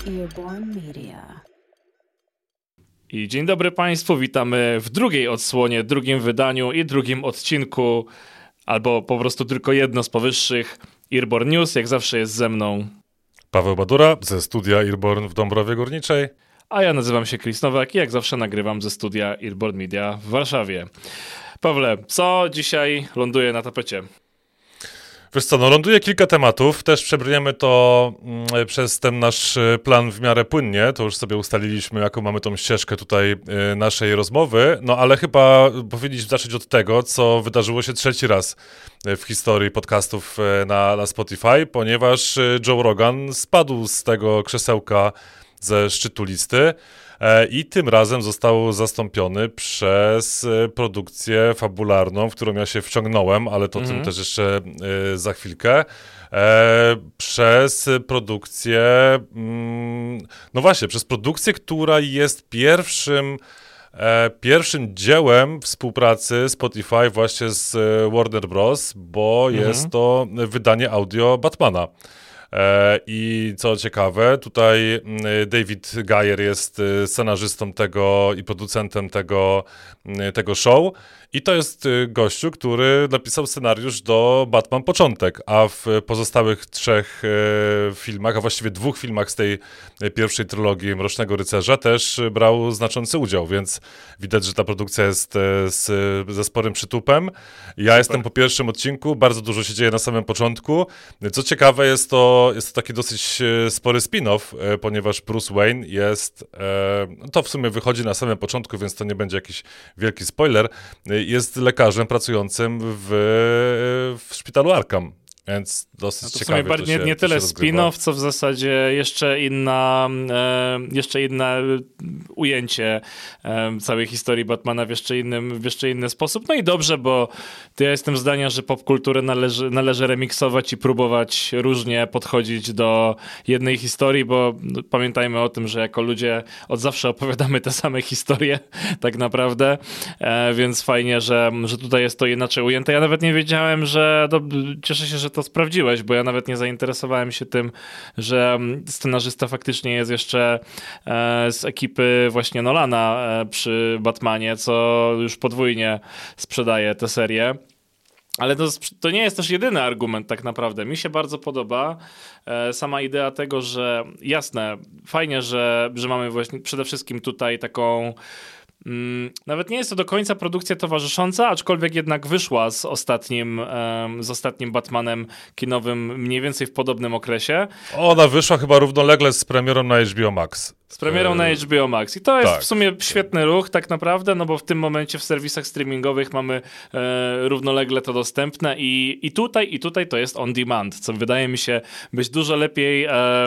Earborn Media. I dzień dobry Państwu, witamy w drugiej odsłonie, drugim wydaniu i drugim odcinku, albo po prostu tylko jedno z powyższych, Earborn News. Jak zawsze jest ze mną Paweł Badura ze studia Earborn w Dąbrowie Górniczej. A ja nazywam się Chris Nowak i jak zawsze nagrywam ze studia Earborn Media w Warszawie. Pawle, co dzisiaj ląduje na tapecie? Wiesz co, ląduje kilka tematów, też przebrniemy to przez ten nasz plan w miarę płynnie, to już sobie ustaliliśmy, jaką mamy tą ścieżkę tutaj naszej rozmowy, no ale chyba powinniśmy zacząć od tego, co wydarzyło się trzeci raz w historii podcastów na Spotify, ponieważ Joe Rogan spadł z tego krzesełka ze szczytu listy i tym razem został zastąpiony przez produkcję fabularną, w którą ja się wciągnąłem, ale to tym też jeszcze za chwilkę, przez produkcję, no właśnie, przez produkcję, która jest pierwszym dziełem współpracy Spotify właśnie z Warner Bros., bo jest to wydanie audio Batmana. I co ciekawe, tutaj David Goyer jest scenarzystą tego i producentem tego show i to jest gościu, który napisał scenariusz do Batman Początek, a w pozostałych trzech filmach, a właściwie dwóch filmach z tej pierwszej trylogii Mrocznego Rycerza też brał znaczący udział, więc widać, że ta produkcja jest ze sporym przytupem. Ja jestem po pierwszym odcinku, bardzo dużo się dzieje na samym początku. Co ciekawe, jest to taki dosyć spory spin-off, ponieważ Bruce Wayne to w sumie wychodzi na samym początku, więc to nie będzie jakiś wielki spoiler, jest lekarzem pracującym w szpitalu Arkham. Więc dosyć ciekawe to się nie tyle spin-off, co w zasadzie jeszcze inne ujęcie całej historii Batmana w jeszcze inny sposób. No i dobrze, bo ja jestem zdania, że popkulturę należy remiksować i próbować różnie podchodzić do jednej historii, bo pamiętajmy o tym, że jako ludzie od zawsze opowiadamy te same historie tak naprawdę, więc fajnie, że tutaj jest to inaczej ujęte. Ja nawet nie wiedziałem, cieszę się, że to sprawdziłeś, bo ja nawet nie zainteresowałem się tym, że scenarzysta faktycznie jest jeszcze z ekipy właśnie Nolana przy Batmanie, co już podwójnie sprzedaje tę serię. Ale to nie jest też jedyny argument tak naprawdę. Mi się bardzo podoba sama idea tego, że jasne, fajnie, że mamy właśnie przede wszystkim tutaj taką nawet nie jest to do końca produkcja towarzysząca, aczkolwiek jednak wyszła z ostatnim Batmanem kinowym mniej więcej w podobnym okresie. Ona wyszła chyba równolegle z premierą na HBO Max. Z premierą na HBO Max. I to jest w sumie świetny ruch tak naprawdę, no bo w tym momencie w serwisach streamingowych mamy równolegle to dostępne i tutaj to jest on demand, co wydaje mi się być dużo lepiej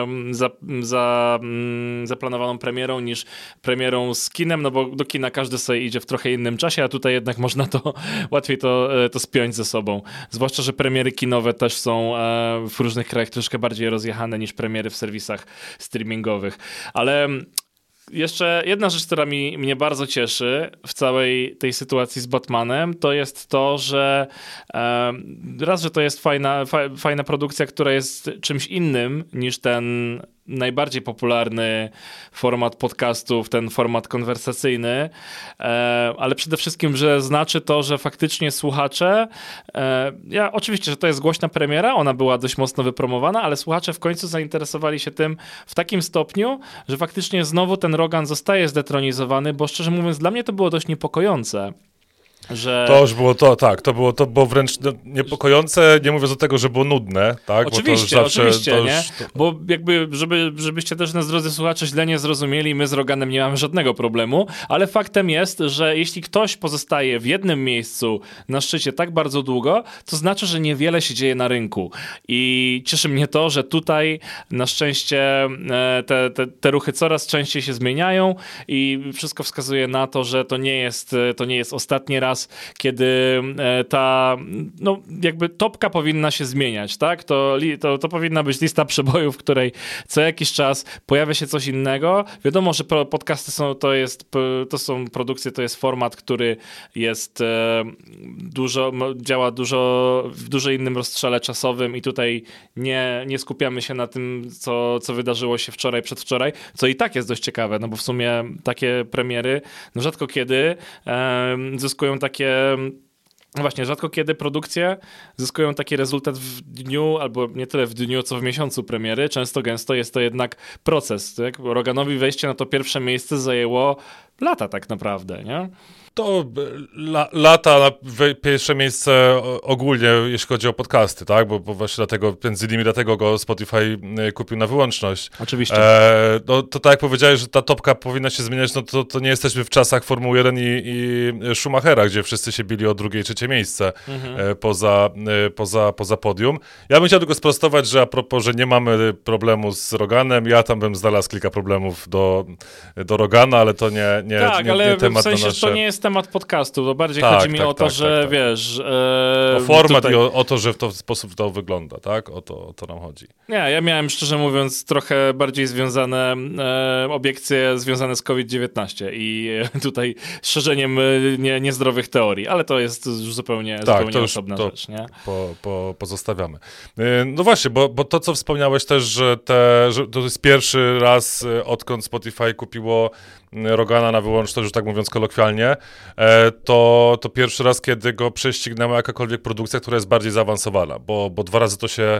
zaplanowaną premierą niż premierą z kinem, no bo do kina każdy sobie idzie w trochę innym czasie, a tutaj jednak można łatwiej to spiąć ze sobą. Zwłaszcza, że premiery kinowe też są w różnych krajach troszkę bardziej rozjechane niż premiery w serwisach streamingowych. Ale jeszcze jedna rzecz, która mnie bardzo cieszy w całej tej sytuacji z Batmanem, to jest to, że że to jest fajna produkcja, która jest czymś innym niż ten najbardziej popularny format podcastów, ten format konwersacyjny, ale przede wszystkim, że znaczy to, że faktycznie słuchacze, oczywiście, że to jest głośna premiera, ona była dość mocno wypromowana, ale słuchacze w końcu zainteresowali się tym w takim stopniu, że faktycznie znowu ten Rogan zostaje zdetronizowany, bo szczerze mówiąc dla mnie to było dość niepokojące. To już było to było wręcz niepokojące, nie mówiąc o tego, że było nudne, tak? Oczywiście, nie? Bo jakby, żebyście też nas, drodzy słuchacze, źle nie zrozumieli, my z Roganem nie mamy żadnego problemu, ale faktem jest, że jeśli ktoś pozostaje w jednym miejscu na szczycie tak bardzo długo, to znaczy, że niewiele się dzieje na rynku. I cieszy mnie to, że tutaj na szczęście te ruchy coraz częściej się zmieniają i wszystko wskazuje na to, że to nie jest ostatni raz, czas, kiedy ta, no jakby topka powinna się zmieniać, tak? To powinna być lista przebojów, w której co jakiś czas pojawia się coś innego. Wiadomo, że podcasty to są produkcje, to jest format, który jest działa w dużo innym rozstrzale czasowym i tutaj nie skupiamy się na tym, co wydarzyło się wczoraj, przedwczoraj, co i tak jest dość ciekawe, no bo w sumie takie premiery, no rzadko kiedy zyskują takie... Właśnie, rzadko kiedy produkcje zyskują taki rezultat w dniu, albo nie tyle w dniu, co w miesiącu premiery. Często, gęsto jest to jednak proces. Tak? Roganowi wejście na to pierwsze miejsce zajęło lata tak naprawdę, nie? To lata na pierwsze miejsce ogólnie, jeśli chodzi o podcasty, tak? Bo właśnie dlatego, między innymi dlatego go Spotify kupił na wyłączność. Oczywiście. No, to tak jak powiedziałeś, że ta topka powinna się zmieniać, no to nie jesteśmy w czasach Formuły 1 i Schumachera, gdzie wszyscy się bili o drugie i trzecie miejsce poza podium. Ja bym chciał tylko sprostować, że a propos, że nie mamy problemu z Roganem, ja tam bym znalazł kilka problemów do Rogana, ale to nie temat w sensie, na nasze... to nie jest temat podcastu, to bardziej chodzi mi o to, że wiesz... o format tutaj... i o to, że w ten sposób to wygląda, tak? O to nam chodzi. Nie, ja miałem, szczerze mówiąc, trochę bardziej związane obiekcje związane z COVID-19 i tutaj szerzeniem niezdrowych teorii, ale to jest już zupełnie osobna rzecz, nie? Pozostawiamy. No właśnie, bo to, co wspomniałeś też, że to jest pierwszy raz, odkąd Spotify kupiło Rogana na wyłączność, już tak mówiąc kolokwialnie, to pierwszy raz, kiedy go prześcignęła jakakolwiek produkcja, która jest bardziej zaawansowana, bo 2 razy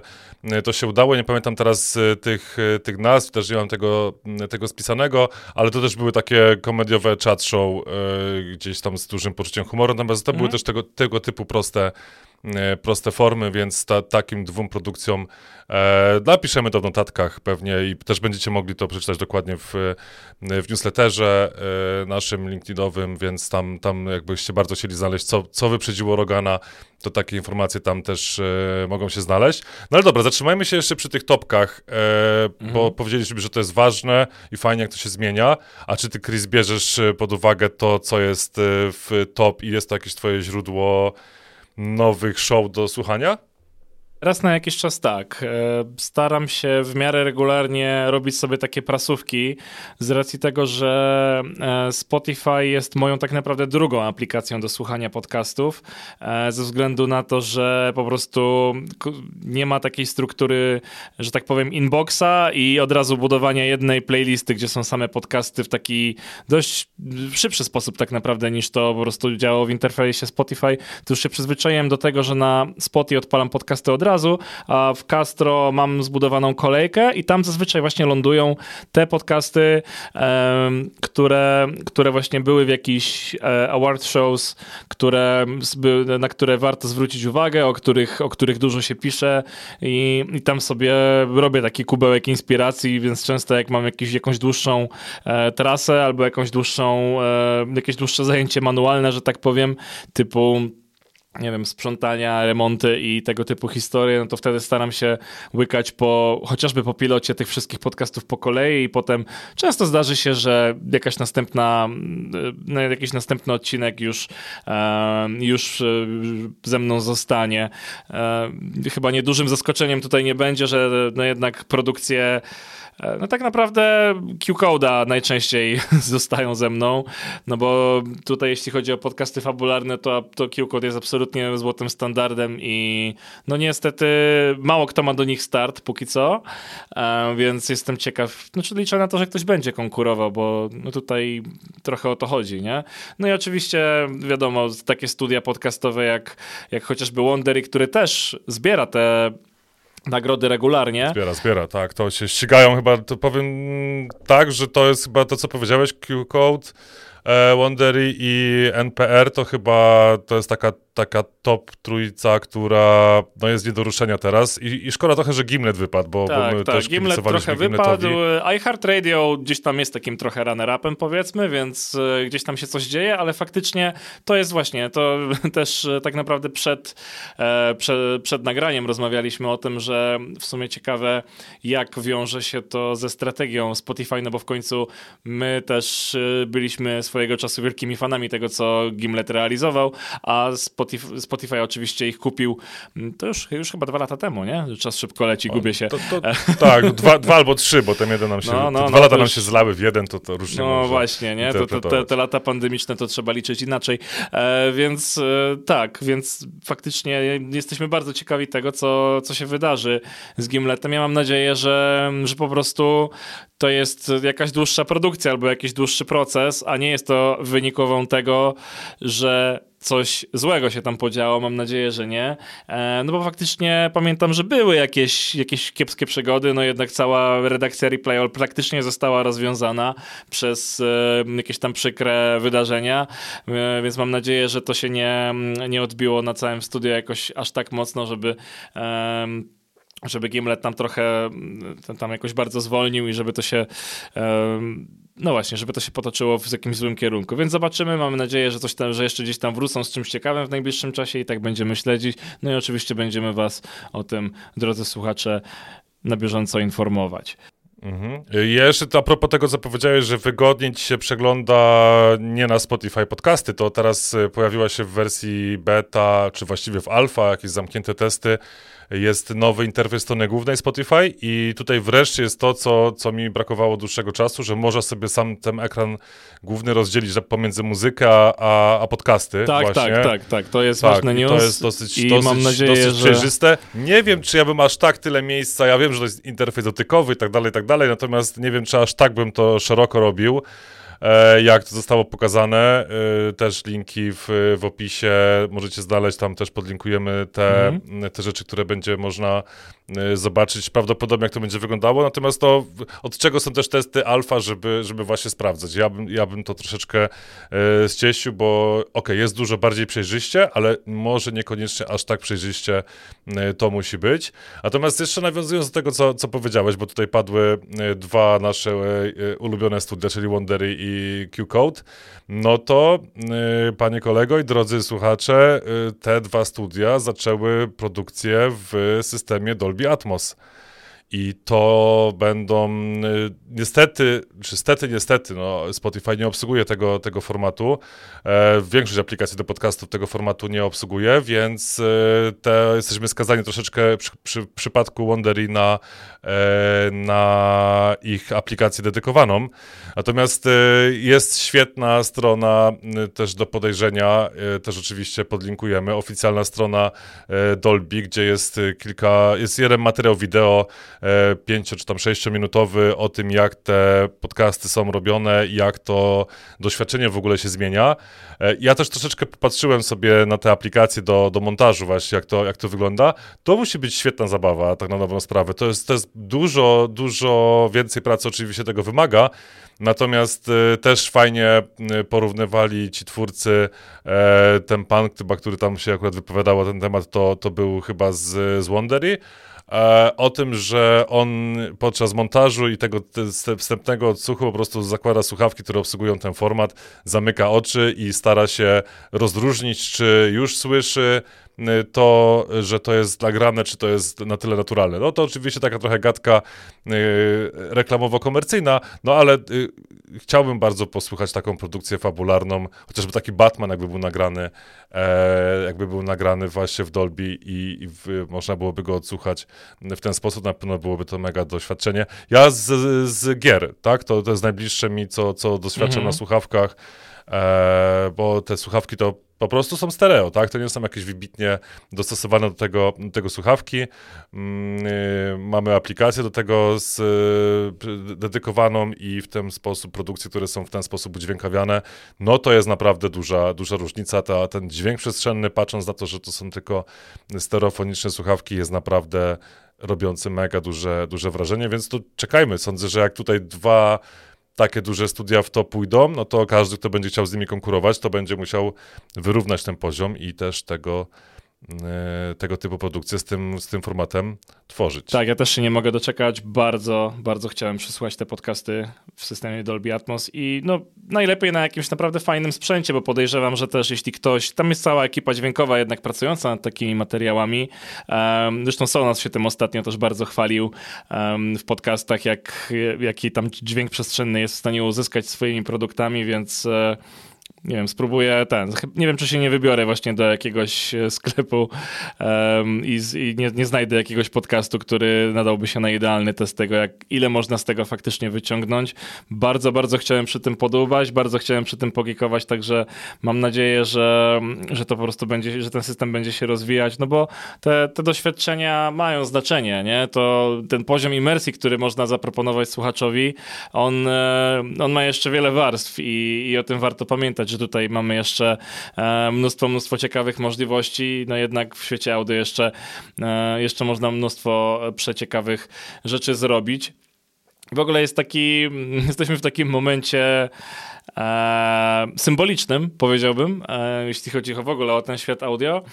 to się udało. Nie pamiętam teraz tych nazw, też nie mam tego spisanego, ale to też były takie komediowe chat show gdzieś tam z dużym poczuciem humoru, natomiast to były też tego typu proste formy, więc takim 2 produkcjom napiszemy to w notatkach pewnie i też będziecie mogli to przeczytać dokładnie w newsletterze naszym LinkedInowym, więc tam jakbyście bardzo chcieli znaleźć, co wyprzedziło Rogana, to takie informacje tam też mogą się znaleźć. No ale dobra, zatrzymajmy się jeszcze przy tych topkach, bo powiedzieliśmy, że to jest ważne i fajnie, jak to się zmienia. A czy ty, Chris, bierzesz pod uwagę to, co jest w top i jest to jakieś twoje źródło nowych show do słuchania? Raz na jakiś czas tak. Staram się w miarę regularnie robić sobie takie prasówki z racji tego, że Spotify jest moją tak naprawdę drugą aplikacją do słuchania podcastów, ze względu na to, że po prostu nie ma takiej struktury, że tak powiem, inboxa i od razu budowania jednej playlisty, gdzie są same podcasty w taki dość szybszy sposób tak naprawdę niż to po prostu działało w interfejsie Spotify. To już się przyzwyczaiłem do tego, że na Spotify odpalam podcasty od razu, a w Castro mam zbudowaną kolejkę i tam zazwyczaj właśnie lądują te podcasty, które właśnie były w jakichś award shows, na które warto zwrócić uwagę, o których dużo się pisze i tam sobie robię taki kubełek inspiracji, więc często jak mam jakąś dłuższą trasę albo jakieś dłuższe zajęcie manualne, że tak powiem, typu nie wiem, sprzątania, remonty i tego typu historie, no to wtedy staram się łykać chociażby po pilocie tych wszystkich podcastów po kolei i potem często zdarzy się, że jakiś następny odcinek już ze mną zostanie. Chyba niedużym zaskoczeniem tutaj nie będzie, że no jednak produkcje no tak naprawdę Q-Code'a najczęściej zostają ze mną, no bo tutaj jeśli chodzi o podcasty fabularne, to Q-Code jest absolutnie złotym standardem i no niestety mało kto ma do nich start póki co, więc jestem ciekaw, znaczy liczę na to, że ktoś będzie konkurował, bo no tutaj trochę o to chodzi, nie? No i oczywiście wiadomo, takie studia podcastowe jak chociażby Wondery, który też zbiera te nagrody regularnie. Zbiera, tak. To się ścigają chyba, to powiem tak, że to jest chyba to, co powiedziałeś, Q-Code, Wondery i NPR, to chyba to jest taka taka top trójca, która no, jest nie do ruszenia teraz i szkoda trochę, że Gimlet wypadł, bo my też Gimlet trochę wypadł, iHeartRadio gdzieś tam jest takim trochę runner-upem powiedzmy, więc gdzieś tam się coś dzieje, ale faktycznie to jest właśnie, to też tak naprawdę przed nagraniem rozmawialiśmy o tym, że w sumie ciekawe, jak wiąże się to ze strategią Spotify, no bo w końcu my też byliśmy swojego czasu wielkimi fanami tego, co Gimlet realizował, a Spotify oczywiście ich kupił, to już chyba 2 lata temu, nie? Czas szybko leci, gubię się. Tak, 2 albo 3, bo ten jeden nam się, 2 lata nam się zlały w jeden, to różnie no właśnie, nie? Te lata pandemiczne to trzeba liczyć inaczej, więc faktycznie jesteśmy bardzo ciekawi tego, co się wydarzy z Gimletem. Ja mam nadzieję, że po prostu to jest jakaś dłuższa produkcja albo jakiś dłuższy proces, a nie jest to wynikową tego, że coś złego się tam podziało, mam nadzieję, że nie. No bo faktycznie pamiętam, że były jakieś kiepskie przygody, no jednak cała redakcja Replay All praktycznie została rozwiązana przez jakieś tam przykre wydarzenia, więc mam nadzieję, że to się nie odbiło na całym studiu jakoś aż tak mocno, żeby Gimlet tam trochę tam jakoś bardzo zwolnił i żeby to się no właśnie, żeby to się potoczyło w jakimś złym kierunku. Więc zobaczymy, mamy nadzieję, że że jeszcze gdzieś tam wrócą z czymś ciekawym w najbliższym czasie i tak będziemy śledzić. No i oczywiście będziemy was o tym, drodzy słuchacze, na bieżąco informować. Jeszcze a propos tego, co powiedziałeś, że wygodniej ci się przegląda nie na Spotify podcasty, to teraz pojawiła się w wersji beta, czy właściwie w alfa, jakieś zamknięte testy, jest nowy interfejs strony głównej Spotify i tutaj wreszcie jest to, co mi brakowało dłuższego czasu, że można sobie sam ten ekran główny rozdzielić pomiędzy muzykę a podcasty. Tak, to jest ważny news. To jest dosyć przejrzyste. Nie wiem, czy ja bym aż tak tyle miejsca, ja wiem, że to jest interfejs dotykowy i tak dalej, natomiast nie wiem, czy aż tak bym to szeroko robił, jak to zostało pokazane. Też linki w opisie możecie znaleźć, tam też podlinkujemy te rzeczy, które będzie można zobaczyć prawdopodobnie, jak to będzie wyglądało. Natomiast to, od czego są też testy alfa, żeby właśnie sprawdzać. Ja bym to troszeczkę ścieścił, bo jest dużo bardziej przejrzyście, ale może niekoniecznie aż tak przejrzyście to musi być. Natomiast jeszcze nawiązując do tego, co powiedziałeś, bo tutaj padły 2 nasze ulubione studia, czyli Wondery i Q-Code, no to panie kolego i drodzy słuchacze, te 2 studia zaczęły produkcję w systemie Dolby Atmos. I to będą niestety, no Spotify nie obsługuje tego formatu. Większość aplikacji do podcastów tego formatu nie obsługuje, więc jesteśmy skazani troszeczkę przy przypadku Wondery na ich aplikację dedykowaną. Natomiast jest świetna strona też do podejrzenia, też oczywiście podlinkujemy, oficjalna strona Dolby, gdzie jest jeden materiał wideo 5 czy tam 6-minutowy o tym, jak te podcasty są robione i jak to doświadczenie w ogóle się zmienia. Ja też troszeczkę popatrzyłem sobie na te aplikacje do montażu właśnie, jak to wygląda. To musi być świetna zabawa, tak na dobrą sprawę. To jest dużo więcej pracy oczywiście tego wymaga, natomiast też fajnie porównywali ci twórcy, ten pan, który tam się akurat wypowiadał na ten temat, to był chyba z Wondery, o tym, że on podczas montażu i tego wstępnego odsłuchu po prostu zakłada słuchawki, które obsługują ten format, zamyka oczy i stara się rozróżnić, czy już słyszy to, że to jest nagrane, czy to jest na tyle naturalne. No to oczywiście taka trochę gadka reklamowo-komercyjna, no ale chciałbym bardzo posłuchać taką produkcję fabularną, chociażby taki Batman jakby był nagrany właśnie w Dolby i można byłoby go odsłuchać w ten sposób, na pewno byłoby to mega doświadczenie. Ja z gier, tak, to jest najbliższe mi, co doświadczam na słuchawkach, bo te słuchawki to po prostu są stereo, tak? To nie są jakieś wybitnie dostosowane do tego słuchawki. Mamy aplikację do tego dedykowaną i w ten sposób produkcje, które są w ten sposób udźwiękawiane, no to jest naprawdę duża różnica. Ten dźwięk przestrzenny, patrząc na to, że to są tylko stereofoniczne słuchawki, jest naprawdę robiący mega duże wrażenie, więc tu czekajmy. Sądzę, że jak tutaj 2 takie duże studia w to pójdą, no to każdy, kto będzie chciał z nimi konkurować, to będzie musiał wyrównać ten poziom i też tego typu produkcje z tym formatem tworzyć. Tak, ja też się nie mogę doczekać. Bardzo, bardzo chciałem przesłuchać te podcasty w systemie Dolby Atmos i no najlepiej na jakimś naprawdę fajnym sprzęcie, bo podejrzewam, że też jeśli ktoś, tam jest cała ekipa dźwiękowa jednak pracująca nad takimi materiałami. Zresztą Sonos się tym ostatnio też bardzo chwalił w podcastach, jaki tam dźwięk przestrzenny jest w stanie uzyskać swoimi produktami, więc nie wiem, spróbuję nie wiem, czy się nie wybiorę właśnie do jakiegoś sklepu i nie znajdę jakiegoś podcastu, który nadałby się na idealny test tego, ile można z tego faktycznie wyciągnąć. Bardzo, bardzo chciałem przy tym podłubać, bardzo chciałem przy tym pogikować, także mam nadzieję, że to po prostu będzie, że ten system będzie się rozwijać, no bo te doświadczenia mają znaczenie, nie? To ten poziom imersji, który można zaproponować słuchaczowi, on ma jeszcze wiele warstw i o tym warto pamiętać, że tutaj mamy jeszcze mnóstwo ciekawych możliwości, no jednak w świecie audio jeszcze można mnóstwo przeciekawych rzeczy zrobić. W ogóle jesteśmy w takim momencie symbolicznym, powiedziałbym, jeśli chodzi w ogóle o ten świat audio,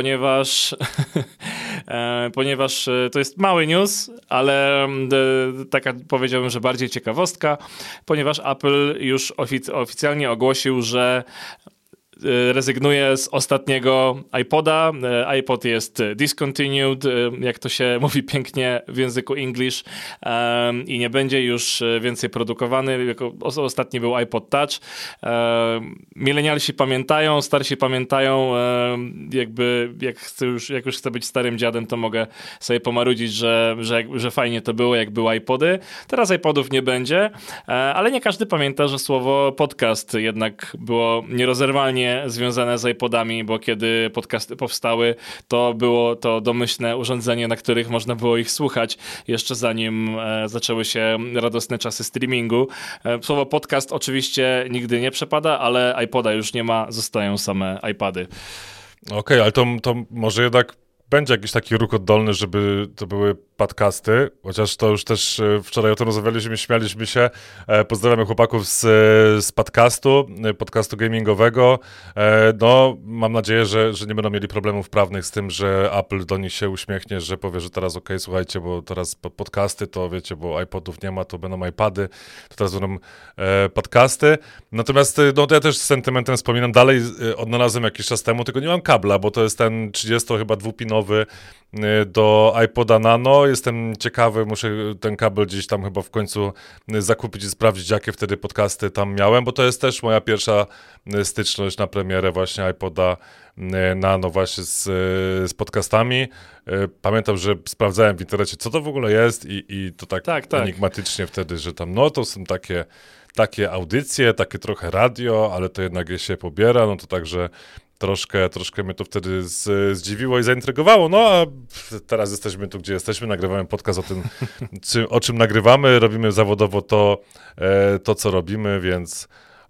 ponieważ to jest mały news, ale taka powiedziałbym, że bardziej ciekawostka, ponieważ Apple już oficjalnie ogłosił, że rezygnuje z ostatniego iPoda. iPod jest discontinued, jak to się mówi pięknie w języku English, i nie będzie już więcej produkowany. Ostatni był iPod Touch. Milenialsi pamiętają, starsi pamiętają, jak już chcę być starym dziadem, to mogę sobie pomarudzić, że fajnie to było, jak były iPody. Teraz iPodów nie będzie, ale nie każdy pamięta, że słowo podcast jednak było nierozerwalnie związane z iPodami, bo kiedy podcasty powstały, to było to domyślne urządzenie, na których można było ich słuchać, jeszcze zanim zaczęły się radosne czasy streamingu. Słowo podcast oczywiście nigdy nie przepada, ale iPoda już nie ma, zostają same iPady. Okej, ale to może jednak będzie jakiś taki ruch oddolny, żeby to były podcasty, chociaż to już też wczoraj o tym rozmawialiśmy, śmialiśmy się. Pozdrawiamy chłopaków z podcastu gamingowego. No, mam nadzieję, że nie będą mieli problemów prawnych z tym, że Apple do nich się uśmiechnie, że powie, że teraz słuchajcie, bo teraz podcasty, to wiecie, bo iPodów nie ma, to będą iPady, to teraz będą podcasty. Natomiast no, to ja też z sentymentem wspominam, dalej odnalazłem jakiś czas temu, tylko nie mam kabla, bo to jest ten 32-pinowy do iPoda Nano. Jestem ciekawy, muszę ten kabel gdzieś tam chyba w końcu zakupić i sprawdzić, jakie wtedy podcasty tam miałem, bo to jest też moja pierwsza styczność na premierę właśnie iPoda Nano właśnie z podcastami. Pamiętam, że sprawdzałem w internecie, co to w ogóle jest i to tak enigmatycznie wtedy, że tam no to są takie audycje, takie trochę radio, ale to jednak je się pobiera, no to także troszkę mnie to wtedy zdziwiło i zaintrygowało, no a teraz jesteśmy tu, gdzie jesteśmy, nagrywamy podcast o tym, o czym nagrywamy, robimy zawodowo to co robimy, więc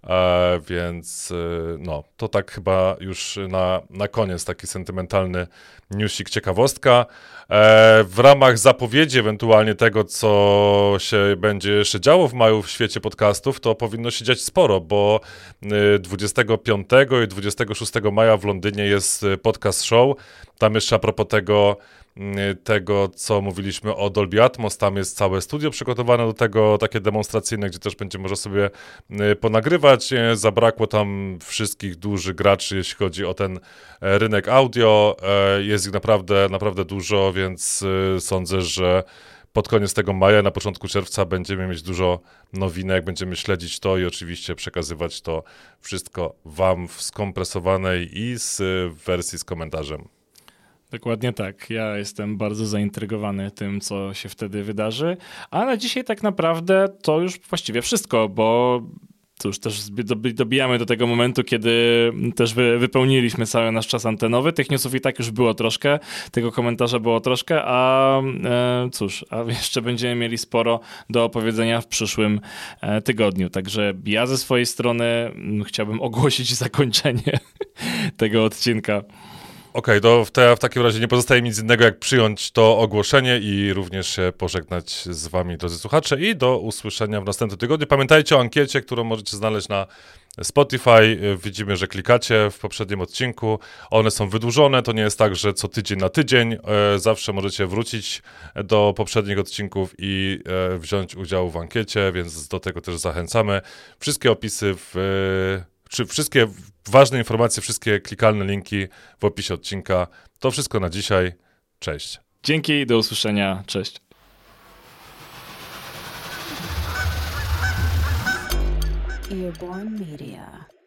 no, to tak chyba już na koniec taki sentymentalny newsik, ciekawostka. W ramach zapowiedzi ewentualnie tego, co się będzie jeszcze działo w maju w świecie podcastów, to powinno się dziać sporo, bo 25 i 26 maja w Londynie jest podcast show. Tam jeszcze a propos tego, co mówiliśmy o Dolby Atmos, tam jest całe studio przygotowane do tego, takie demonstracyjne, gdzie też będzie można sobie ponagrywać. Zabrakło tam wszystkich dużych graczy, jeśli chodzi o ten rynek audio. Jest ich naprawdę dużo, więc sądzę, że pod koniec tego maja, na początku czerwca będziemy mieć dużo nowinek, będziemy śledzić to i oczywiście przekazywać to wszystko wam w skompresowanej i w wersji z komentarzem. Dokładnie tak. Ja jestem bardzo zaintrygowany tym, co się wtedy wydarzy. A na dzisiaj tak naprawdę to już właściwie wszystko, bo to już też dobijamy do tego momentu, kiedy też wypełniliśmy cały nasz czas antenowy. Tych newsów i tak już było troszkę, tego komentarza było troszkę, a jeszcze będziemy mieli sporo do opowiedzenia w przyszłym tygodniu. Także ja ze swojej strony chciałbym ogłosić zakończenie tego odcinka. Okej, w takim razie nie pozostaje mi nic innego, jak przyjąć to ogłoszenie i również się pożegnać z wami, drodzy słuchacze, i do usłyszenia w następnym tygodniu. Pamiętajcie o ankiecie, którą możecie znaleźć na Spotify. Widzimy, że klikacie w poprzednim odcinku. One są wydłużone, to nie jest tak, że co tydzień na tydzień. Zawsze możecie wrócić do poprzednich odcinków i wziąć udział w ankiecie, więc do tego też zachęcamy. Wszystkie opisy czy wszystkie ważne informacje, wszystkie klikalne linki w opisie odcinka. To wszystko na dzisiaj. Cześć. Dzięki, do usłyszenia. Cześć. Earborn Media.